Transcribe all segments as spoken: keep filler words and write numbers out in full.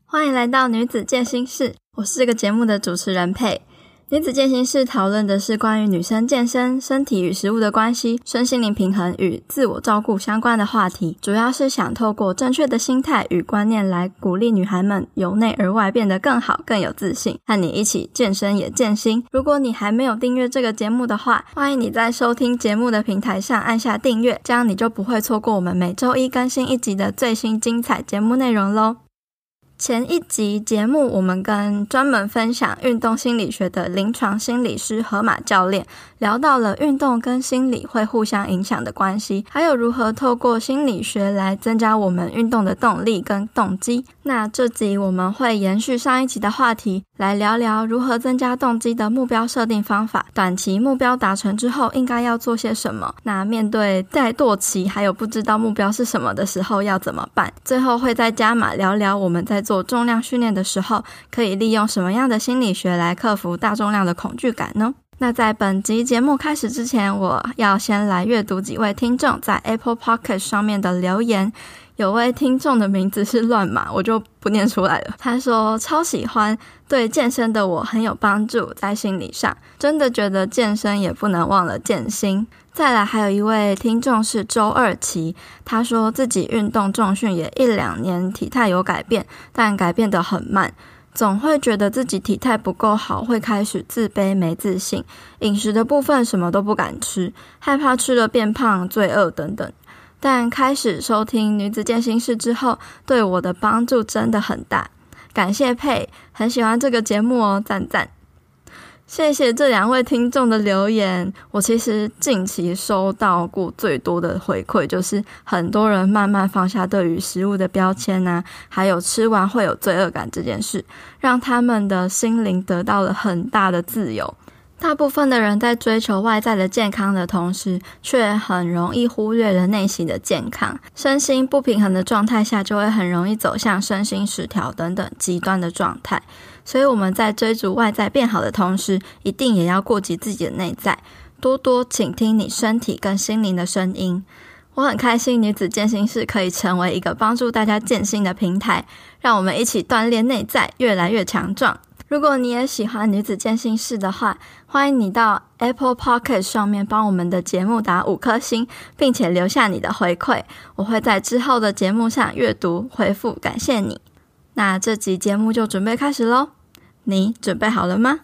欢迎来到女子健心室，我是这个节目的主持人佩。女子健心室讨论的是关于女生健身、身体与食物的关系、身心灵平衡与自我照顾相关的话题，主要是想透过正确的心态与观念来鼓励女孩们由内而外变得更好、更有自信，和你一起健身也健心。如果你还没有订阅这个节目的话，欢迎你在收听节目的平台上按下订阅，这样你就不会错过我们每周一更新一集的最新精彩节目内容咯。前一集节目我们跟专门分享运动心理学的临床心理师河马教练聊到了运动跟心理会互相影响的关系，还有如何透过心理学来增加我们运动的动力跟动机。那这集我们会延续上一集的话题，来聊聊如何增加动机的目标设定方法，短期目标达成之后应该要做些什么，那面对怠惰期还有不知道目标是什么的时候要怎么办。最后会再加码聊聊我们在做重量训练的时候可以利用什么样的心理学来克服大重量的恐惧感呢？那在本集节目开始之前，我要先来阅读几位听众在 Apple Podcast 上面的留言。有位听众的名字是乱码，我就不念出来了。他说超喜欢，对健身的我很有帮助，在心理上真的觉得健身也不能忘了健心。再来还有一位听众是周二期，他说自己运动重训也一两年，体态有改变，但改变得很慢，总会觉得自己体态不够好，会开始自卑没自信，饮食的部分什么都不敢吃，害怕吃了变胖、罪恶等等。但开始收听女子健心室之后，对我的帮助真的很大，感谢佩，很喜欢这个节目哦，赞赞。谢谢这两位听众的留言。我其实近期收到过最多的回馈，就是很多人慢慢放下对于食物的标签啊，还有吃完会有罪恶感这件事，让他们的心灵得到了很大的自由。大部分的人在追求外在的健康的同时，却很容易忽略了内心的健康。身心不平衡的状态下，就会很容易走向身心失调等等极端的状态。所以我们在追逐外在变好的同时，一定也要顾及自己的内在，多多倾听你身体跟心灵的声音。我很开心女子健心室可以成为一个帮助大家健心的平台，让我们一起锻炼内在，越来越强壮。如果你也喜欢女子健心室的话，欢迎你到 Apple Podcast 上面帮我们的节目打五颗星，并且留下你的回馈，我会在之后的节目上阅读回复，感谢你。那这集节目就准备开始咯，你准备好了吗？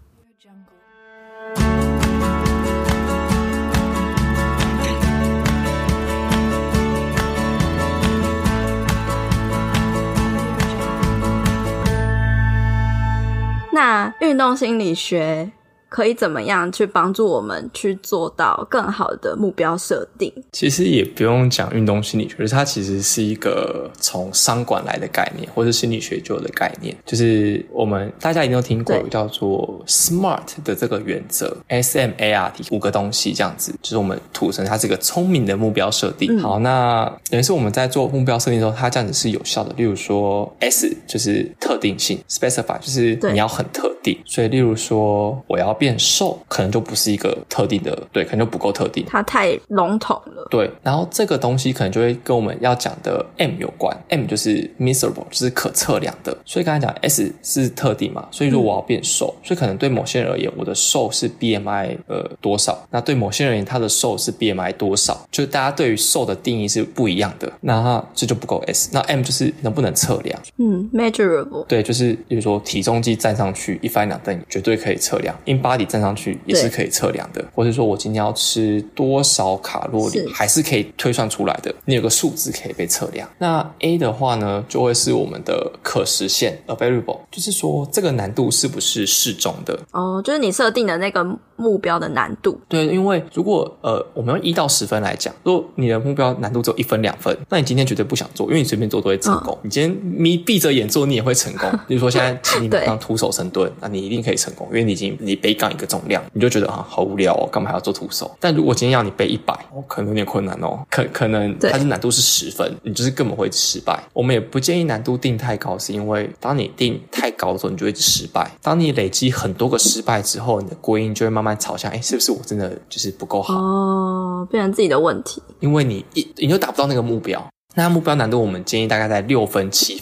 那运动心理学可以怎么样去帮助我们去做到更好的目标设定？ 其实也不用讲运动心理学，它其实是一个从商管来的概念，或是心理学就有的概念。就是我们大家一定都听过叫做 SMART 的这个原则 S M A R T 五个东西这样子，就是我们土成它是一个聪明的目标设定、嗯、好，那等于是我们在做目标设定的时候，它这样子是有效的。例如说 S 就是特定性 Specify 就是你要很特定，所以例如说我要变瘦可能就不是一个特定的，对，可能就不够特定， 它太笼统了。 对，然后这个东西可能就会跟我们要讲的 M 有关， M 就是 measurable 就是可测量的。所以刚才讲 S 是特定嘛，所以说我要变瘦、嗯、所以可能对某些人而言我的瘦是 B M I 呃多少，那对某些人而言他的瘦是 B M I 多少，就是大家对于瘦的定义是不一样的，那这就不够 S。 那 M 就是能不能测量， 嗯 measurable， 对，就是比如说体重机站上去一翻两瞪绝对可以测量， in body 站上去也是可以测量的，或者说我今天要吃多少卡路里还是可以推算出来的，你有个数字可以被测量。那 A 的话呢，就会是我们的可实现 available， 就是说这个难度是不是适中的哦，就是你设定的那个目标的难度。 对，因为如果呃我们用一到十分来讲，如果你的目标难度只有一分两分，那你今天绝对不想做，因为你随便做都会成功、嗯、你今天眯闭着眼做你也会成功。比如说现在请你当徒手深蹲，那你一定可以成功，因为你已经你背杠一个重量，你就觉得啊好无聊哦，干嘛还要做徒手？但如果今天要你背一百、哦、可能有点困难哦，可可能它的难度是十分，你就是根本会失败。我们也不建议难度定太高，是因为当你定太高的时候，你就会一直失败。当你累积很多个失败之后，你的归因就会慢慢朝向，哎，是不是我真的就是不够好？ 哦，变成自己的问题。 因为你一你就达不到那个目标。那目标难度我们建议大概在六分七分。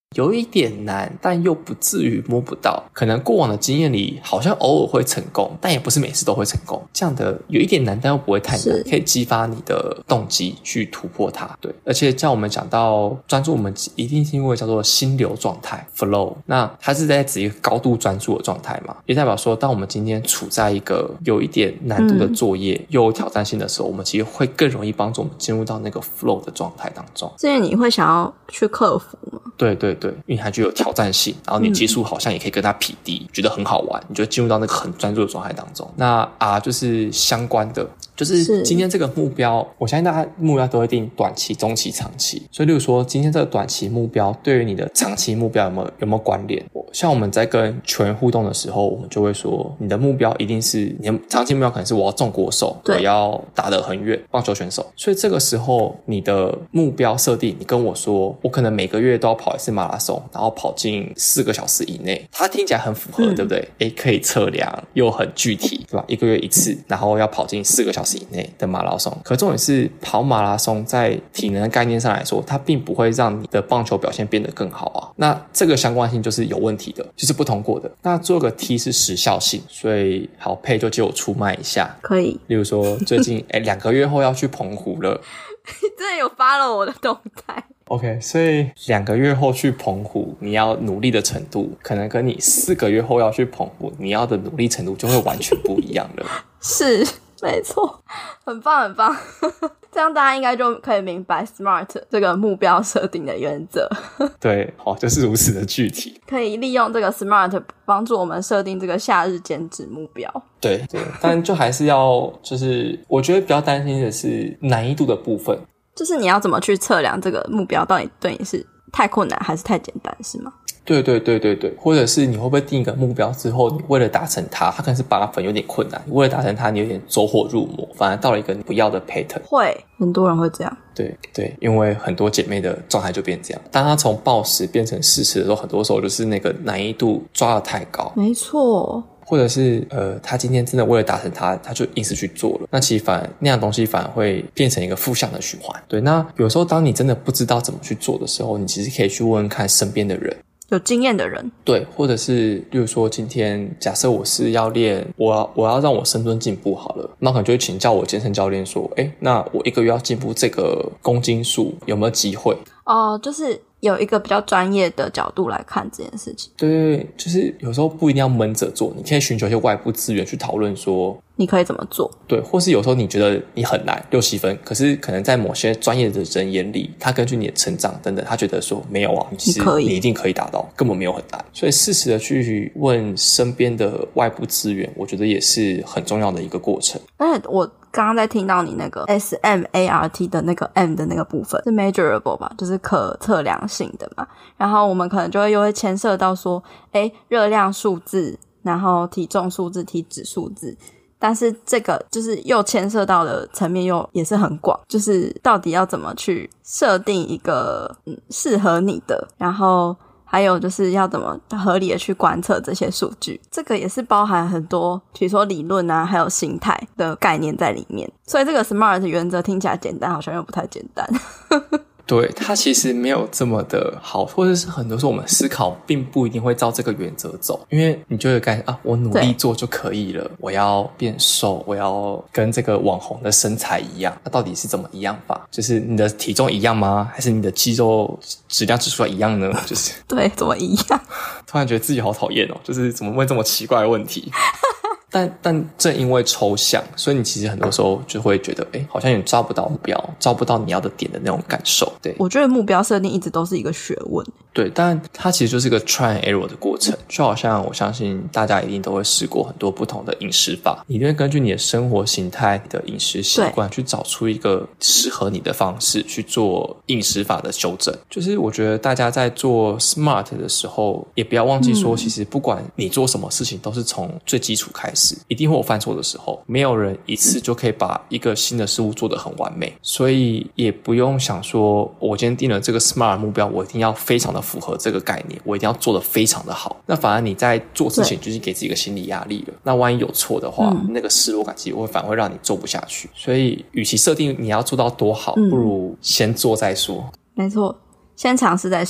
有一点难，但又不至于摸不到。可能过往的经验里好像偶尔会成功，但也不是每次都会成功。这样的有一点难，但又不会太难，可以激发你的动机去突破它。对，而且像我们讲到专注，我们一定是因为叫做心流状态 flow， 那它是在指一个高度专注的状态嘛，也代表说当我们今天处在一个有一点难度的作业、嗯、又有挑战性的时候，我们其实会更容易帮助我们进入到那个 flow 的状态当中。 所以你会想要去克服吗？ 对对对，因为它具有挑战性，然后你技术好像也可以跟它匹敌、嗯、觉得很好玩，你就进入到那个很专注的状态当中。那啊就是相关的，就是今天这个目标，我相信大家目标都会定短期、中期、长期。所以例如说今天这个短期目标对于你的长期目标有没有有没有关联？像我们在跟球员互动的时候，我们就会说你的目标一定是，你的长期目标可能是我要中国手，我要打得很远，棒球选手。所以这个时候你的目标设定，你跟我说我可能每个月都要跑一次马拉松，然后跑进四个小时以内，它听起来很符合、嗯、对不对？诶，可以测量又很具体，对吧？一个月一次，然后要跑进四个小时以内的马拉松。可重点是跑马拉松在体能的概念上来说，它并不会让你的棒球表现变得更好啊。那这个相关性就是有问题的，就是不通过的。那做个 T 是时效性，所以好配就借我出卖一下， 可以。 例如说最近诶两个月后要去澎湖了， 真的有follow我的动态。 OK， 所以两个月后去澎湖，你要努力的程度，可能跟你四个月后要去澎湖，你要的努力程度就会完全不一样了。 是，没错，很棒很棒。这样大家应该就可以明白 SMART 这个目标设定的原则。 对，好，就是如此的具体。 可以利用这个 SMART 帮助我们设定这个夏日减脂目标。 对对，但就还是要，就是我觉得比较担心的是难易度的部分。 就是你要怎么去测量这个目标到底对你是太困难还是太简单，是吗？ 对对对对对，或者是你会不会定一个目标之后，你为了达成它，它可能是八分有点困难，你为了达成它你有点走火入魔，反而到了一个你不要的 pattern。 会，很多人会这样。 对对，因为很多姐妹的状态就变这样，当她从暴食变成适食的时候，很多时候就是那个难易度抓得太高。 没错， 或者是呃，他今天真的为了达成他，他就硬是去做了。那其实反而那样东西反而会变成一个负向的循环。对，那有时候当你真的不知道怎么去做的时候，你其实可以去问问看身边的人， 有经验的人。对， 或者是例如说今天假设我是要练，我要我要让我深蹲进步好了，那可能就会请教我健身教练说，诶，那我一个月要进步这个公斤数有没有机会？哦，就是有一个比较专业的角度来看这件事情。对对对，就是有时候不一定要闷着做，你可以寻求一些外部资源去讨论说你可以怎么做。对，或是有时候你觉得你很难六七分，可是可能在某些专业的人眼里，他根据你的成长等等，他觉得说没有啊，其实你一定可以达到，根本没有很难。所以适时的去问身边的外部资源，我觉得也是很重要的一个过程。而且我刚刚在听到你那个 S M A R T 的那个 M 的那个部分是 measurable 吧，就是可测量性的嘛，然后我们可能就会又会牵涉到说诶热量数字，然后体重数字，体脂数字，但是这个就是又牵涉到的层面又也是很广，就是到底要怎么去设定一个嗯适合你的，然后还有就是要怎么合理的去观测这些数据，这个也是包含很多比如说理论啊还有心态的概念在里面。所以这个 SMART 原则听起来简单，好像又不太简单。对，它其实没有这么的好，或者是很多时候我们思考并不一定会照这个原则走，因为你就会感觉啊，我努力做就可以了，我要变瘦，我要跟这个网红的身材一样，那到底是怎么一样法？就是你的体重一样吗？还是你的肌肉质量指数一样呢？就是对，怎么一样？突然觉得自己好讨厌哦，就是怎么问这么奇怪的问题？但但正因为抽象，所以你其实很多时候就会觉得诶好像你抓不到目标，抓不到你要的点的那种感受。对，我觉得目标设定一直都是一个学问。对，但它其实就是一个 try and error 的过程，就好像我相信大家一定都会试过很多不同的饮食法，你一定会根据你的生活形态、你的饮食习惯去找出一个适合你的方式去做饮食法的修正。就是我觉得大家在做 SMART 的时候也不要忘记说、嗯、其实不管你做什么事情都是从最基础开始，一定会有犯错的时候，没有人一次就可以把一个新的事物做得很完美，所以也不用想说我今天定了这个 SMART 目标，我一定要非常的符合这个概念，我一定要做得非常的好，那反而你在做之前就是给自己一个心理压力了，那万一有错的话、嗯、那个失落感其实会反而会让你做不下去，所以与其设定你要做到多好、嗯、不如先做再说。没错，先尝试再说。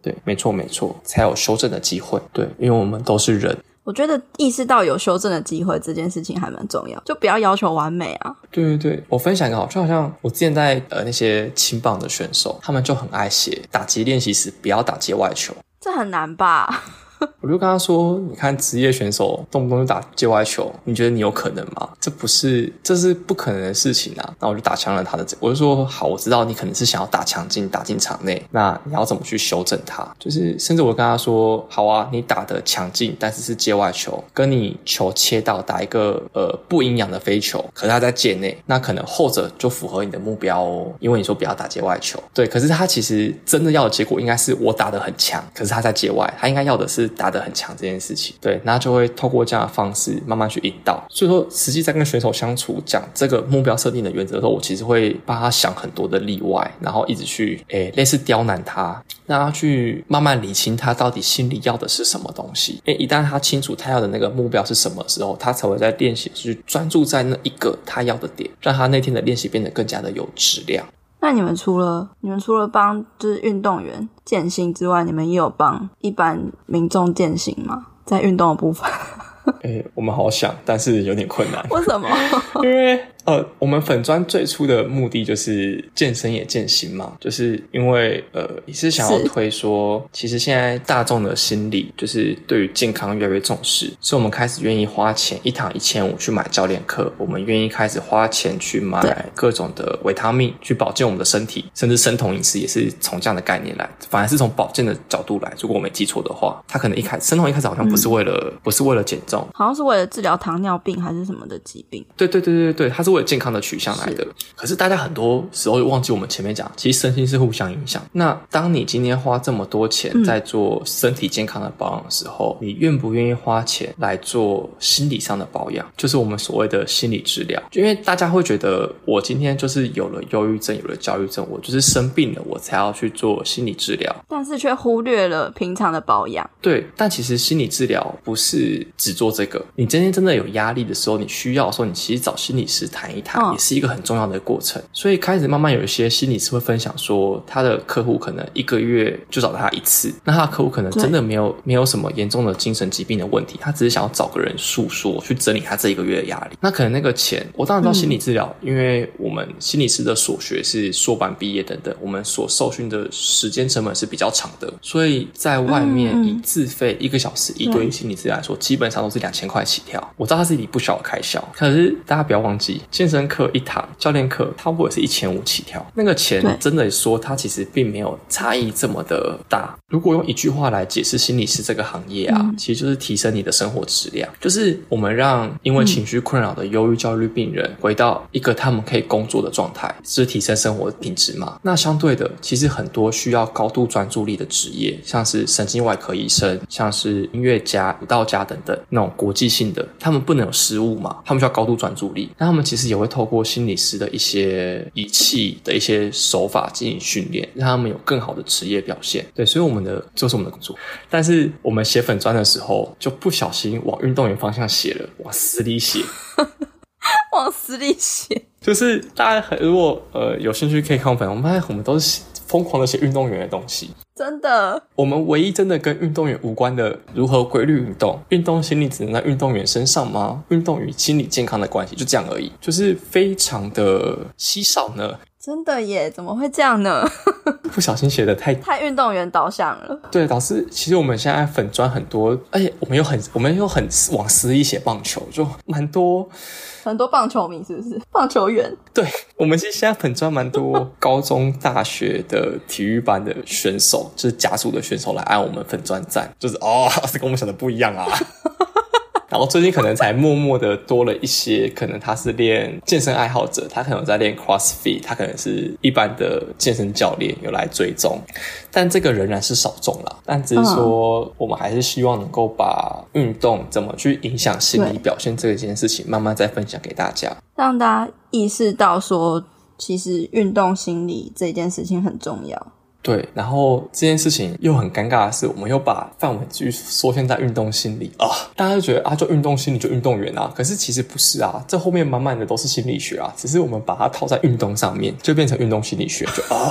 对，没错没错，才有修正的机会。对，因为我们都是人。 我觉得意识到有修正的机会这件事情还蛮重要，就不要要求完美啊。 对对对，我分享一个好，就好像我之前在呃那些青棒的选手，他们就很爱写打击练习时不要打界外球， 这很难吧？ 我就跟他说，你看职业选手动不动就打界外球，你觉得你有可能吗？这不是，这是不可能的事情啊。那我就打枪了他的，我就说好，我知道你可能是想要打强劲打进场内，那你要怎么去修正它？就是甚至我跟他说，好啊，你打的强劲但是是界外球，跟你球切到打一个呃不营养的飞球，可是他在界内，那可能后者就符合你的目标哦，因为你说不要打界外球。对，可是他其实真的要的结果应该是我打得很强，可是他在界外，他应该要的是打得很强这件事情。对，那就会透过这样的方式慢慢去引导。所以说实际在跟选手相处讲这个目标设定的原则的时候，我其实会帮他想很多的例外，然后一直去诶类似刁难他，让他去慢慢理清他到底心里要的是什么东西。因为一旦他清楚他要的那个目标是什么时候，他才会在练习去专注在那一个他要的点，让他那天的练习变得更加的有质量。 那你们除了你们除了帮就是运动员健心之外，你们也有帮一般民众健心吗？在运动的部分欸，我们好想，但是有点困难。 为什么？ 因为呃，我们粉专最初的目的就是健身也健心嘛，就是因为呃，也是想要推说，其实现在大众的心理就是对于健康越来越重视，所以我们开始愿意花钱一堂一千五去买教练课，我们愿意开始花钱去买各种的维他命去保健我们的身体，甚至生酮饮食也是从这样的概念来，反而是从保健的角度来。如果我没记错的话，他可能一开始生酮一开始好像不是为了、嗯、不是为了减重， 好像是为了治疗糖尿病还是什么的疾病。 对对对对对，它是为了健康的取向来的。可是大家很多时候忘记我们前面讲，其实身心是互相影响。那当你今天花这么多钱在做身体健康的保养的时候、嗯、你愿不愿意花钱来做心理上的保养，就是我们所谓的心理治疗。因为大家会觉得我今天就是有了忧郁症有了焦虑症，我就是生病了我才要去做心理治疗， 但是却忽略了平常的保养。 对，但其实心理治疗不是只做这个，你今天真的有压力的时候，你需要的时候，你其实找心理师谈一谈、哦、也是一个很重要的过程。所以开始慢慢有一些心理师会分享说，他的客户可能一个月就找他一次，那他的客户可能真的没有没有什么严重的精神疾病的问题，他只是想要找个人诉说，去整理他这一个月的压力。那可能那个钱，我当然知道心理治疗、嗯、因为我们心理师的所学是硕班毕业等等，我们所受训的时间成本是比较长的，所以在外面以自费一个小时一对一心理治疗来说，基本上都是两千块起跳。我知道它是一笔不小的开销，可是大家不要忘记，健身课一堂，教练课差不多也是一千五起跳，那个钱真的说它其实并没有差异这么的大。如果用一句话来解释心理师这个行业啊、嗯、其实就是提升你的生活质量，就是我们让因为情绪困扰的忧郁焦虑病人回到一个他们可以工作的状态，是提升生活品质嘛。那相对的，其实很多需要高度专注力的职业，像是神经外科医生，像是音乐家、舞蹈家等等，那种国际性的，他们不能有失误嘛，他们需要高度专注力，那他们其实也会透过心理师的一些仪器的一些手法进行训练，让他们有更好的职业表现。对，所以我们的就是我们的工作。但是我们写粉专的时候就不小心往运动员方向写了，往死里写往死里写， 就是大家如果呃有兴趣可以看我粉，我们发现我们都是疯狂的写运动员的东西， 真的。我们唯一真的跟运动员无关的，如何规律运动，运动心理只能在运动员身上吗？运动与心理健康的关系，就这样而已，就是非常的稀少呢。 真的耶，怎么会这样呢？ 不小心写的太太运动员导向了。 对，导致其实我们现在粉专很多，而且我们又很我们又很往死里写棒球，就蛮多很多棒球迷，是不是？棒球员。 对，我们其实现在粉专蛮多高中大学的体育班的选手，就是甲组的选手来按我们粉专赞，就是哦，这跟我们想的不一样啊。然后最近可能才默默的多了一些，可能他是练健身爱好者，他可能在练 CrossFit， 他可能是一般的健身教练有来追踪，但这个仍然是少众啦。但只是说我们还是希望能够把运动怎么去影响心理表现这件事情慢慢再分享给大家， 让大家意识到说其实运动心理这件事情很重要。 对，然后这件事情又很尴尬的是，我们又把范围继续缩限在运动心理啊，大家就觉得啊，就运动心理就运动员啊，可是其实不是啊，这后面满满的都是心理学啊，只是我们把它套在运动上面，就变成运动心理学，就啊，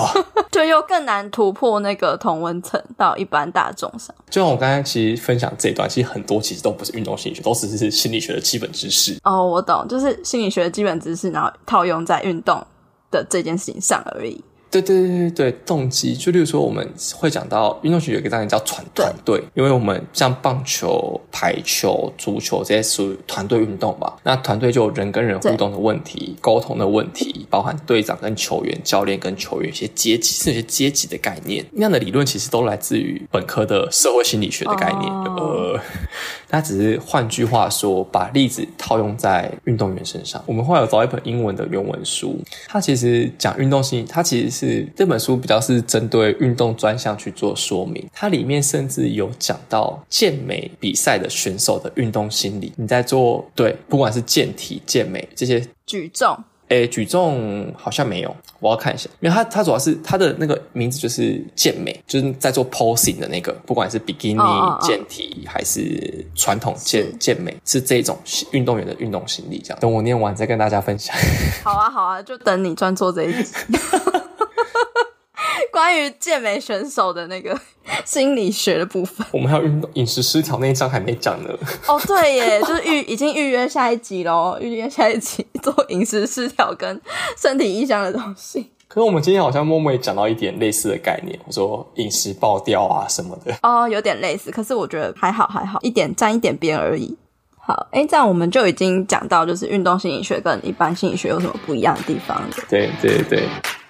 就又更难突破那个同温层到一般大众上。 就像我刚才其实分享这一段，其实很多其实都不是运动心理学，都只是心理学的基本知识。 哦，我懂，就是心理学的基本知识，然后套用在运动的这件事情上而已。 对对对对对，动机就例如说我们会讲到运动学有一个单元叫团团队，因为我们像棒球、排球、足球这些属于团队运动嘛，那团队就有人跟人互动的问题、沟通的问题，包含队长跟球员、教练跟球员一些阶级，是有些阶级的概念。那样的理论其实都来自于本科的社会心理学的概念。哦、呃，它只是换句话说，把例子套用在运动员身上。我们后来有找一本英文的原文书，它其实讲运动心理，它其实是是这本书比较是针对运动专项去做说明，它里面甚至有讲到健美比赛的选手的运动心理。你在做对，不管是健体、健美这些举重， 诶，举重好像没有，我要看一下，因为它它主要是它的那个名字就是健美，就是在做 posing 的那个，不管是比基尼、oh, oh, oh. 健体还是传统健健美，是这种运动员的运动心理。这样，等我念完再跟大家分享。 好啊，好啊，就等你专做这一集。关于健美选手的那个心理学的部分， 我们还有运动饮食失调那一章还没讲呢。 哦，对耶，就是预已经预约下一集咯，预约下一集做饮食失调跟身体异象的东西。 可是我们今天好像默默也讲到一点类似的概念，我说饮食爆掉啊什么的。 哦，有点类似，可是我觉得还好还好，一点沾一点边而已。好，诶，这样我们就已经讲到就是运动心理学跟一般心理学有什么不一样的地方了。 对对对。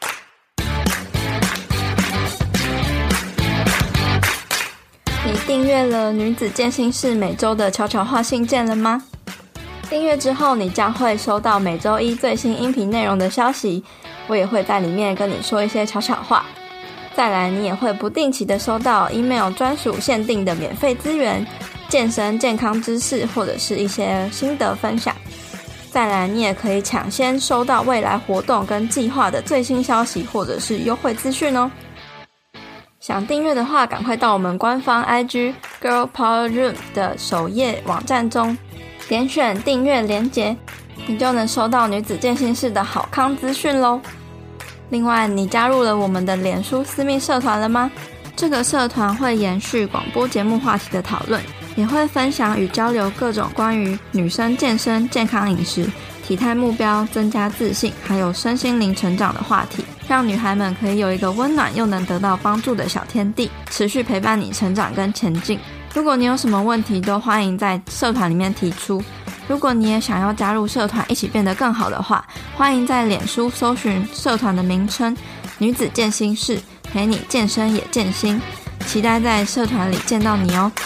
你订阅了女子健心室每周的悄悄话信件了吗？订阅之后，你将会收到每周一最新音频内容的消息，我也会在里面跟你说一些悄悄话。再来，你也会不定期的收到 email 专属限定的免费资源、健身健康知识或者是一些心得分享。再来，你也可以抢先收到未来活动跟计划的最新消息或者是优惠资讯哦。想订阅的话，赶快到我们官方 I G Girl Power Room 的首页网站中，点选订阅连结，你就能收到女子健心室的好康资讯咯。另外，你加入了我们的脸书私密社团了吗？这个社团会延续广播节目话题的讨论，也会分享与交流各种关于女生健身、健康饮食、体态目标、增加自信，还有身心灵成长的话题，让女孩们可以有一个温暖又能得到帮助的小天地，持续陪伴你成长跟前进。如果你有什么问题，都欢迎在社团里面提出。如果你也想要加入社团一起变得更好的话，欢迎在脸书搜寻社团的名称女子健心室，陪你健身也健心，期待在社团里见到你哦。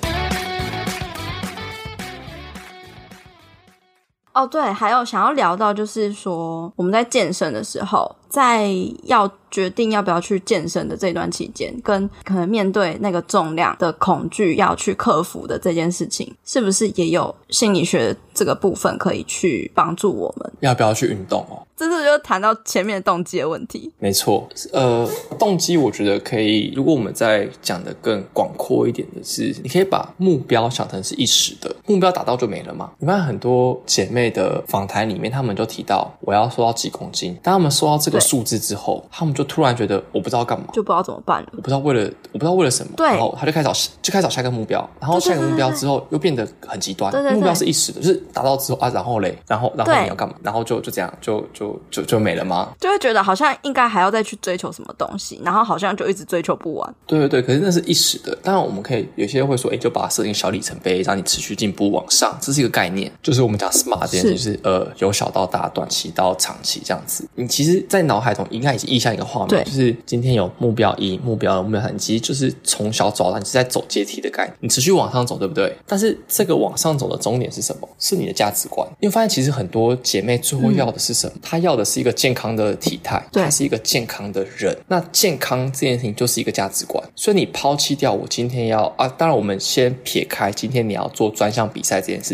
哦，对，还有想要聊到就是说，我们在健身的时候，在要决定要不要去健身的这段期间，跟可能面对那个重量的恐惧要去克服的这件事情，是不是也有心理学这个部分可以去帮助我们？ 要不要去运动哦？ 这是就谈到前面的动机的问题。 没错，呃，动机我觉得可以，如果我们再讲得更广阔一点的是，你可以把目标想成是一时的，目标达到就没了嘛。你发现很多姐妹的访谈里面，她们就提到我要瘦到几公斤，当她们瘦到这个数字之后，她们就突然觉得我不知道干嘛， 就不知道怎么办了， 我不知道为了我不知道为了什么， 对， 然后她就开始找就开始找下一个目标，然后下一个目标之后又变得很极端，对对对，目标是一时的，就是达到之后啊，然后嘞，然后然后你要干嘛？然后就就这样就就就就没了吗？ 就会觉得好像应该还要再去追求什么东西，然后好像就一直追求不完。 对对对，可是那是一时的。当然我们可以有些人会说，诶，就把它设定小里程碑，让你持续进步往上，这是一个概念。就是我们讲 SMART 这件事，就是呃由小到大、短期到长期这样子。你其实，在脑海中应该已经意象一个画面，就是今天有目标一、目标二、目标三，其实就是从小走到大，你是在走阶梯的概念，你持续往上走，对不对？但是这个往上走的终点是什么？是你的价值观。因为发现其实很多姐妹最后要的是什么？她、嗯、要的是一个健康的体态，她是一个健康的人。那健康这件事情就是一个价值观，所以你抛弃掉我今天要啊，当然我们先撇开今天你要做专项比赛这件事情，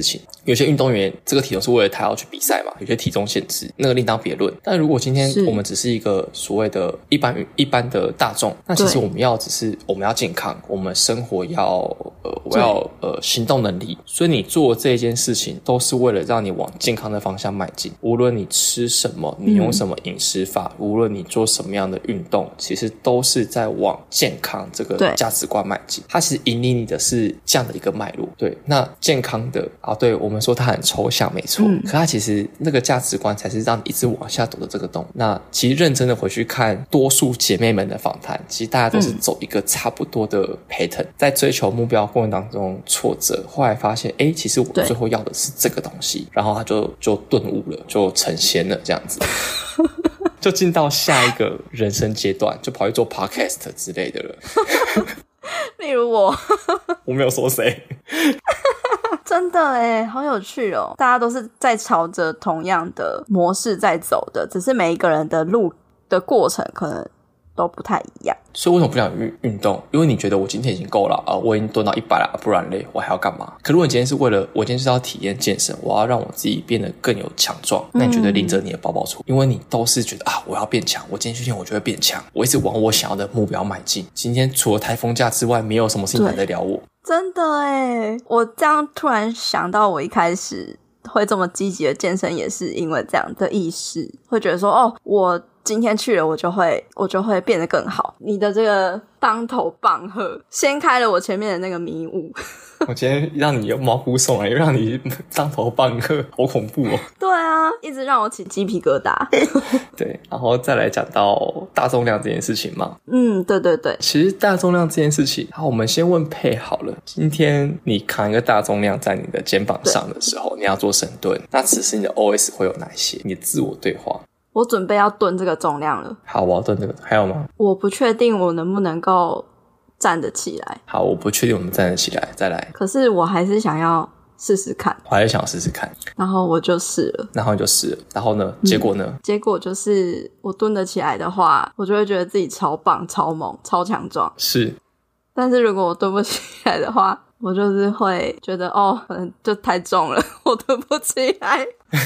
有些运动员这个体重是为了他要去比赛嘛，有些体重限制，那个另当别论。但如果今天我们只是一个所谓的一般一般的大众，那其实我们要只是我们要健康，我们生活要呃我要呃行动能力，所以你做这一件事情都是为了让你往健康的方向迈进。无论你吃什么，你用什么饮食法，嗯、无论你做什么样的运动，其实都是在往健康这个价值观迈进。它其实引领你的是这样的一个脉络。对，那健康的啊，对我们说它很抽象，没错，嗯、可它其实那个价值观才是让你一直往下走的这个动。那其实认真的回去看多数姐妹们的访谈，其实大家都是走一个差不多的 pattern，、嗯、在追求目标过程当中挫折，后来发现，哎，其实我最后要的是这个东西，然后他就就顿悟了，就成仙了，这样子。就进到下一个人生阶段，就跑去做 podcast 之类的了。 例如我， 我没有说谁。 真的耶，好有趣哦！大家都是在朝着同样的模式在走的，只是每一个人的路的过程可能都不太一样。 所以为什么不想运运动？因为你觉得我今天已经够了啊、呃，我已经蹲到一百了，不然累，我还要干嘛？可如果你今天是为了我今天是要体验健身，我要让我自己变得更有强壮，那你觉得拎着你的包包出，因为你都是觉得啊，我要变强，我今天去练我就会变强，我一直往我想要的目标迈进。今天除了台风假之外，没有什么事情难得了我。 真的耶，我这样突然想到，我一开始会这么积极的健身，也是因为这样的意识，会觉得说，哦，我今天去了，我就会我就会变得更好。你的这个当头棒喝，掀开了我前面的那个迷雾。 我今天让你有毛骨悚然，又让你当头棒喝，好恐怖哦。 对啊，一直让我起鸡皮疙瘩。 对，然后再来讲到大重量这件事情嘛。 嗯，对对对。 其实大重量这件事情，好，我们先问佩好了。今天你扛一个大重量在你的肩膀上的时候，你要做深蹲，那此时你的 O S 会有哪些？你的自我对话。 我准备要蹲这个重量了。 好，我要蹲这个，还有吗？ 我不确定我能不能够站得起来。 好，我不确定我们站得起来，再来。 可是我还是想要试试看。 我还是想试试看。 然后我就试了。 然后你就试了。然后呢？结果呢？ 嗯、结果就是我蹲得起来的话，我就会觉得自己超棒、超猛、超强壮。 是。 但是如果我蹲不起来的话，我就是会觉得哦，可能就太重了，我蹲不起来。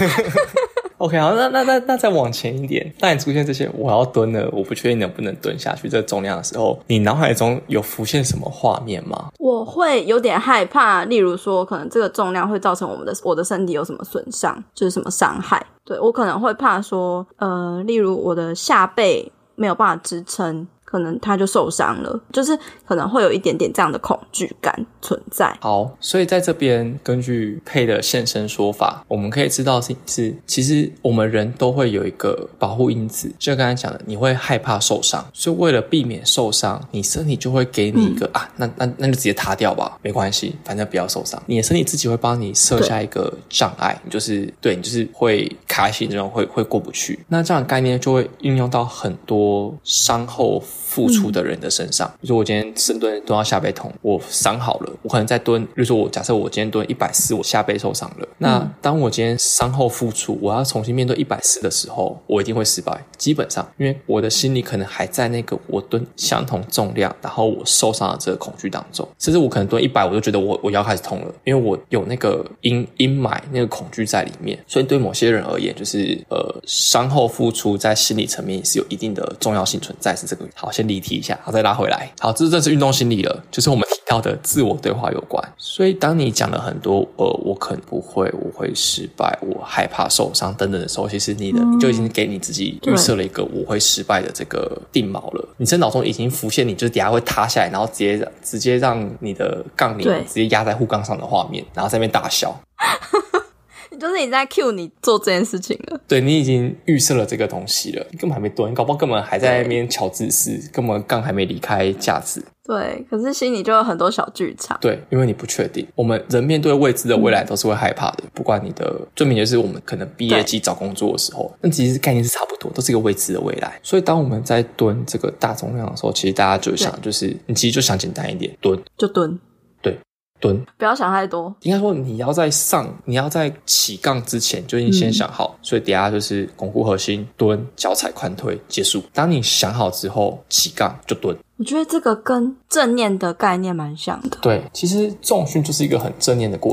OK， 好，那那那那再往前一点，当你出现这些我要蹲了，我不确定能不能蹲下去这个重量的时候，你脑海中有浮现什么画面吗？ 我会有点害怕，例如说，可能这个重量会造成我们的我的身体有什么损伤，就是什么伤害。对，我可能会怕说，呃，例如我的下背没有办法支撑。可能他就受伤了，就是可能会有一点点这样的恐惧感存在。 好，所以在这边根据佩的现身说法，我们可以知道是是其实我们人都会有一个保护因子，就刚才讲的，你会害怕受伤，所以为了避免受伤，你身体就会给你一个、嗯、啊，那那那就直接塌掉吧，没关系，反正不要受伤。你的身体自己会帮你设下一个障碍，你就是对你就是会卡在心中，会会过不去。那这样的概念就会运用到很多伤后付出的人的身上，比如说我今天深蹲蹲到下背痛，我伤好了，我可能在蹲，比如说我假设我今天蹲一百四，我下背受伤了，那当我今天伤后复出，我要重新面对一百四的时候，我一定会失败，基本上，因为我的心里可能还在那个我蹲相同重量，然后我受伤的这个恐惧当中，甚至我可能蹲一百，我就觉得我我腰开始痛了，因为我有那个阴阴霾那个恐惧在里面，所以对某些人而言，就是呃伤后复出在心理层面也是有一定的重要性存在，是这个。好，先离题一下，好，再拉回来。好，这这是运动心理了，就是我们提到的自我对话有关。所以当你讲了很多呃我可能不会，我会失败，我害怕受伤等等的时候，其实你的、嗯、就已经给你自己预设了一个我会失败的这个定锚了。你在脑中已经浮现你就是底下会塌下来，然后直接直接让你的杠铃直接压在护杠上的画面，然后在那边大笑。 就是你在 cue 你做这件事情了， 对，你已经预设了这个东西了，你根本还没蹲，你搞不好根本还在那边瞧姿势，根本杠还没离开架子。 对，可是心里就有很多小剧场。 对，因为你不确定，我们人面对未知的未来都是会害怕的，嗯、不管你的最明显就是我们可能毕业季找工作的时候，那其实概念是差不多，都是一个未知的未来。所以当我们在蹲这个大重量的时候，其实大家就想就是你其实就想简单一点，蹲就蹲。 蹲， 不要想太多。 应该说你要在上你要在起杠之前就已经先想好、嗯、所以底下就是巩固核心，蹲，脚踩髋推，结束。当你想好之后起杠就蹲。 我觉得这个跟正念的概念蛮像的。 对，其实重训就是一个很正念的过程。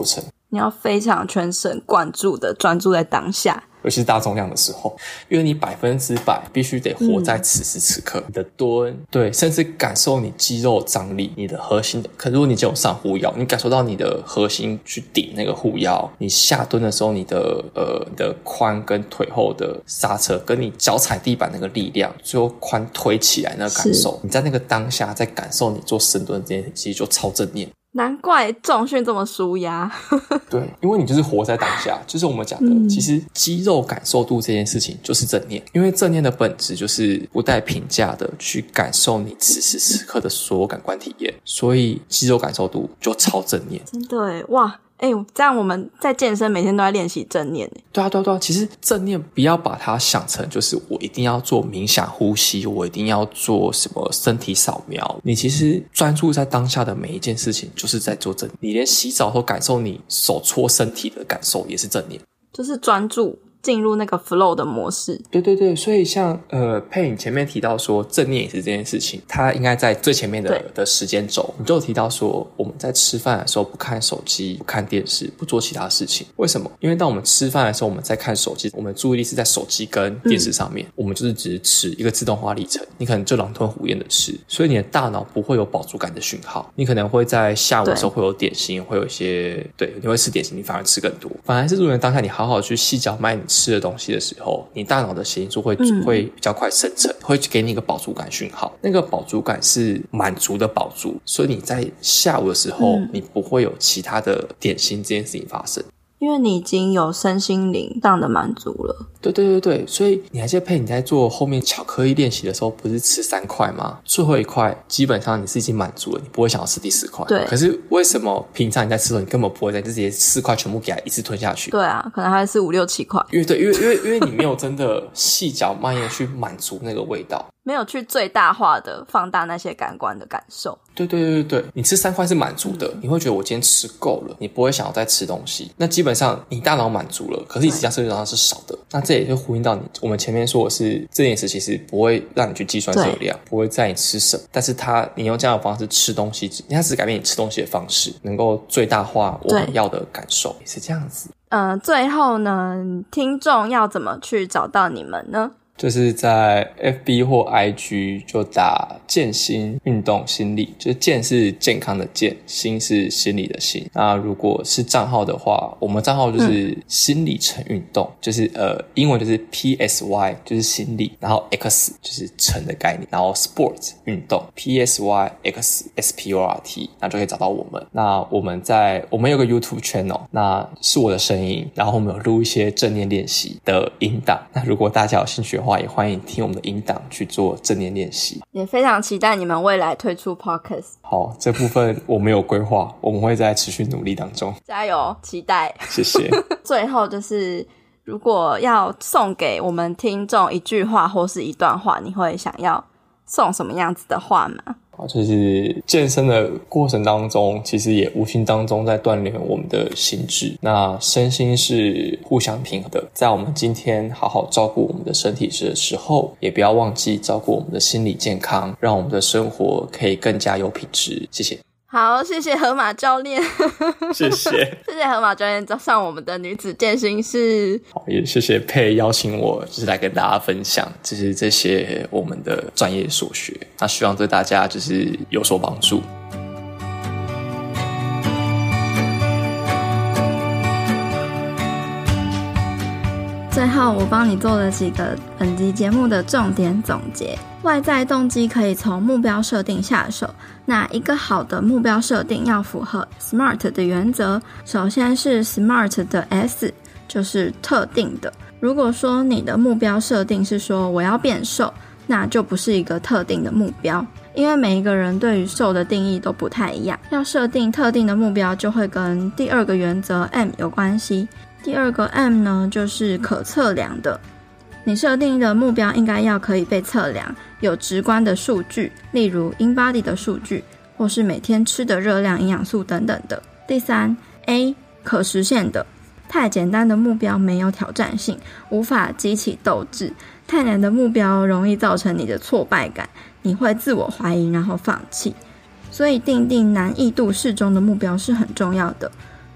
你要非常全神贯注的专注在当下， 尤其是大重量的时候，因为你百分之百必须得活在此时此刻、嗯、你的蹲，对，甚至感受你肌肉张力，你的核心的，可如果你只有上护腰，你感受到你的核心去顶那个护腰，你下蹲的时候你的呃你的髋跟腿后的刹车跟你脚踩地板那个力量，最后髋推起来那个感受，你在那个当下在感受你做深蹲这件事其实就超正念。 难怪重训这么舒压对，因为你就是活在当下，就是我们讲的、嗯、其实肌肉感受度这件事情就是正念，因为正念的本质就是不带评价的去感受你此时此刻的所有感官体验，所以肌肉感受度就超正念。 真的耶，哇，哎、欸，这样我们在健身每天都在练习正念。 对啊对啊对啊，其实正念不要把它想成就是我一定要做冥想呼吸，我一定要做什么身体扫描，你其实专注在当下的每一件事情就是在做正念。你连洗澡都感受你手搓身体的感受也是正念， 就是专注进入那个 flow 的模式。 对对对，所以像呃佩你前面提到说正念饮食这件事情，它应该在最前面的的时间轴，你就有提到说我们在吃饭的时候不看手机，不看电视，不做其他事情。为什么？因为当我们吃饭的时候我们在看手机，我们注意力是在手机跟电视上面、嗯、我们就是只是吃一个自动化历程，你可能就狼吞虎咽的吃，所以你的大脑不会有饱足感的讯号，你可能会在下午的时候会有点心，会有一些对你会吃点心，你反而吃更多。反而是如果当下你好好去细嚼慢咽吃的东西的时候，你大脑的血清素会、嗯、会比较快生成，会给你一个饱足感讯号，那个饱足感是满足的饱足，所以你在下午的时候、嗯、你不会有其他的点心这件事情发生， 因为你已经有身心灵上的满足了。 对对对对，所以你还记得佩你在做后面巧克力练习的时候不是吃三块吗？最后一块基本上你是已经满足了，你不会想要吃第四块。 对，可是为什么平常你在吃的时候你根本不会在就直接四块全部给它一次吞下去？ 对啊，可能还是五六七块。 因为对，因为因为因为你没有真的细嚼慢咽去满足那个味道， 没有去最大化的放大那些感官的感受。 对对对对对，你吃三块是满足的，你会觉得我今天吃够了，你不会想要再吃东西。那基本上你大脑满足了，可是你实际上身体上是少的。那这也就呼应到你我们前面说的是这件事其实不会让你去计算热量，不会在你吃什么，但是它你用这样的方式吃东西，它只是改变你吃东西的方式，能够最大化我们要的感受，也是这样子。 呃，最后呢，听众要怎么去找到你们呢？ 就是在 F B 或 I G 就打健心运动心理，就是健是健康的健，心是心理的心。那如果是账号的话，我们账号就是心理乘运动、嗯、就是呃英文就是 P S Y 就是心理，然后 X 就是乘的概念，然后 Sport 运动 P S Y X S P O R T， 那就可以找到我们。那我们在我们有个 YouTube channel， 那是我的声音，然后我们有录一些正念练习的音档，那如果大家有兴趣的话，也欢迎听我们的音档去做正念练习， 也非常期待你们未来推出 Podcast。 好，这部分我们有规划，我们会在持续努力当中， 加油，期待， 谢谢。 最后就是如果要送给我们听众一句话或是一段话，你会想要送什么样子的话吗？ 就是健身的过程当中，其实也无形当中在锻炼我们的心智，那身心是互相平衡的，在我们今天好好照顾我们的身体的时候，也不要忘记照顾我们的心理健康，让我们的生活可以更加有品质。谢谢。 好，谢谢河马教练。 谢谢谢谢河马教练上我们的女子健心室。 好，也谢谢佩邀请我就是来跟大家分享就是这些我们的专业所学，那希望对大家就是有所帮助。 最后我帮你做了几个本集节目的重点总结。外在动机可以从目标设定下手，那一个好的目标设定要符合 SMART 的原则。首先是 SMART 的 S， 就是特定的。如果说你的目标设定是说我要变瘦，那就不是一个特定的目标，因为每一个人对于瘦的定义都不太一样。要设定特定的目标，就会跟第二个原则 M 有关系。第二个 M 呢，就是可测量的。你设定的目标应该要可以被测量，有直观的数据，例如 InBody 的数据，或是每天吃的热量、营养素等等的。第三 A 可实现的。太简单的目标没有挑战性，无法激起斗志。太难的目标容易造成你的挫败感，你会自我怀疑然后放弃。所以订定难易度适中的目标是很重要的。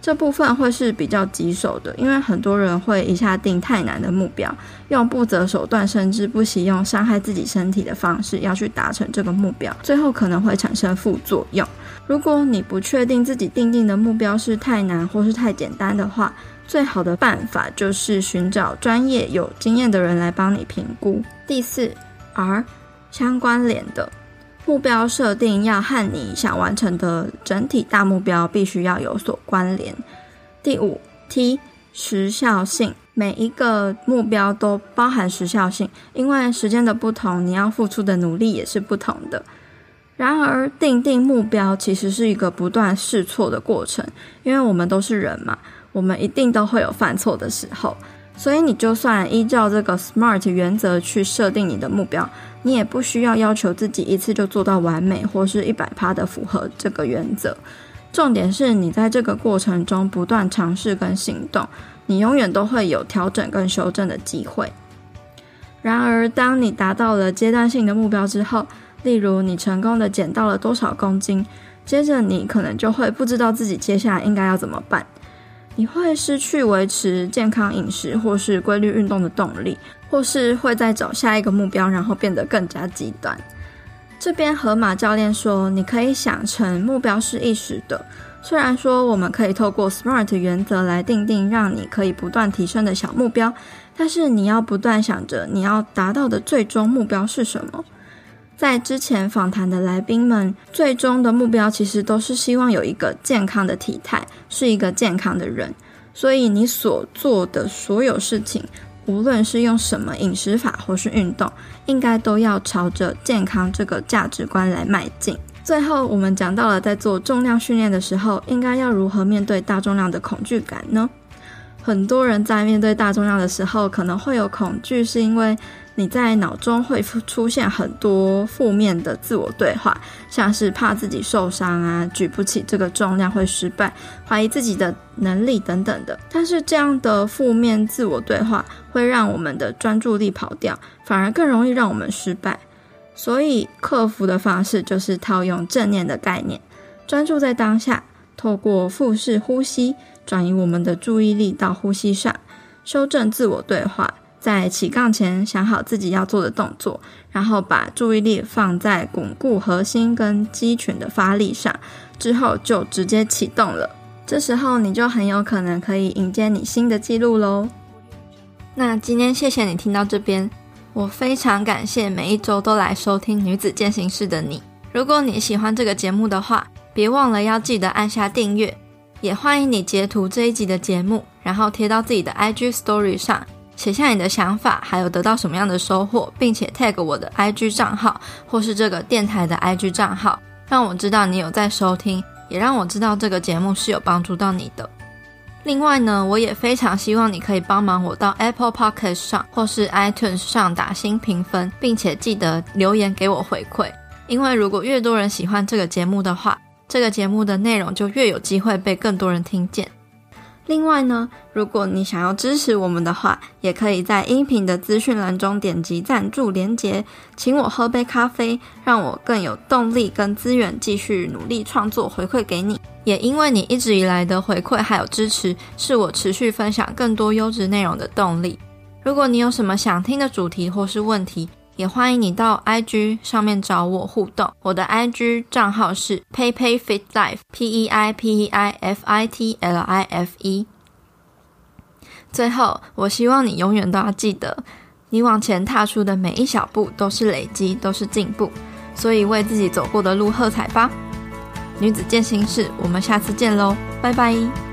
这部分会是比较棘手的，因为很多人会一下定太难的目标，用不择手段甚至不惜用伤害自己身体的方式要去达成这个目标，最后可能会产生副作用。如果你不确定自己定定的目标是太难或是太简单的话，最好的办法就是寻找专业有经验的人来帮你评估。第四 R 相关联的目标设定要和你想完成的整体大目标必须要有所关联。第五 T 时效性，每一个目标都包含时效性，因为时间的不同，你要付出的努力也是不同的。然而定定目标其实是一个不断试错的过程，因为我们都是人嘛，我们一定都会有犯错的时候，所以你就算依照这个 SMART 原则去设定你的目标，你也不需要要求自己一次就做到完美或是 百分之百 的符合这个原则。重点是你在这个过程中不断尝试跟行动，你永远都会有调整跟修正的机会。然而当你达到了阶段性的目标之后，例如你成功的减到了多少公斤，接着你可能就会不知道自己接下来应该要怎么办。你会失去维持健康饮食或是规律运动的动力，或是会再找下一个目标，然后变得更加极端。这边河马教练说，你可以想成目标是一时的，虽然说我们可以透过 SMART 原则来定定让你可以不断提升的小目标，但是你要不断想着你要达到的最终目标是什么。在之前访谈的来宾们，最终的目标其实都是希望有一个健康的体态，是一个健康的人。所以你所做的所有事情，无论是用什么饮食法或是运动，应该都要朝着健康这个价值观来迈进。最后我们讲到了在做重量训练的时候，应该要如何面对大重量的恐惧感呢？很多人在面对大重量的时候可能会有恐惧，是因为你在脑中会出现很多负面的自我对话，像是怕自己受伤啊，举不起这个重量会失败，怀疑自己的能力等等的。但是这样的负面自我对话会让我们的专注力跑掉，反而更容易让我们失败。所以克服的方式就是套用正念的概念，专注在当下，透过腹式呼吸转移我们的注意力到呼吸上，修正自我对话，在起杠前想好自己要做的动作，然后把注意力放在巩固核心跟肌群的发力上，之后就直接启动了。这时候你就很有可能可以迎接你新的纪录咯。那今天谢谢你听到这边，我非常感谢每一周都来收听女子健心室的你。如果你喜欢这个节目的话，别忘了要记得按下订阅，也欢迎你截图这一集的节目，然后贴到自己的 I G Story 上，写下你的想法，还有得到什么样的收获，并且 tag 我的 I G 账号或是这个电台的 I G 账号，让我知道你有在收听，也让我知道这个节目是有帮助到你的。另外呢，我也非常希望你可以帮忙我到 Apple Podcast 上或是 iTunes 上打星评分，并且记得留言给我回馈，因为如果越多人喜欢这个节目的话，这个节目的内容就越有机会被更多人听见。另外呢，如果你想要支持我们的话，也可以在音频的资讯栏中点击赞助连结，请我喝杯咖啡，让我更有动力跟资源继续努力创作回馈给你。也因为你一直以来的回馈还有支持，是我持续分享更多优质内容的动力。如果你有什么想听的主题或是问题，也欢迎你到 I G 上面找我互动，我的 I G 账号是 peipei.fitlife P E I P E I F I T L I F E。 最后，我希望你永远都要记得，你往前踏出的每一小步都是累积，都是进步，所以为自己走过的路喝彩吧。女子健心室，我们下次见咯，拜拜。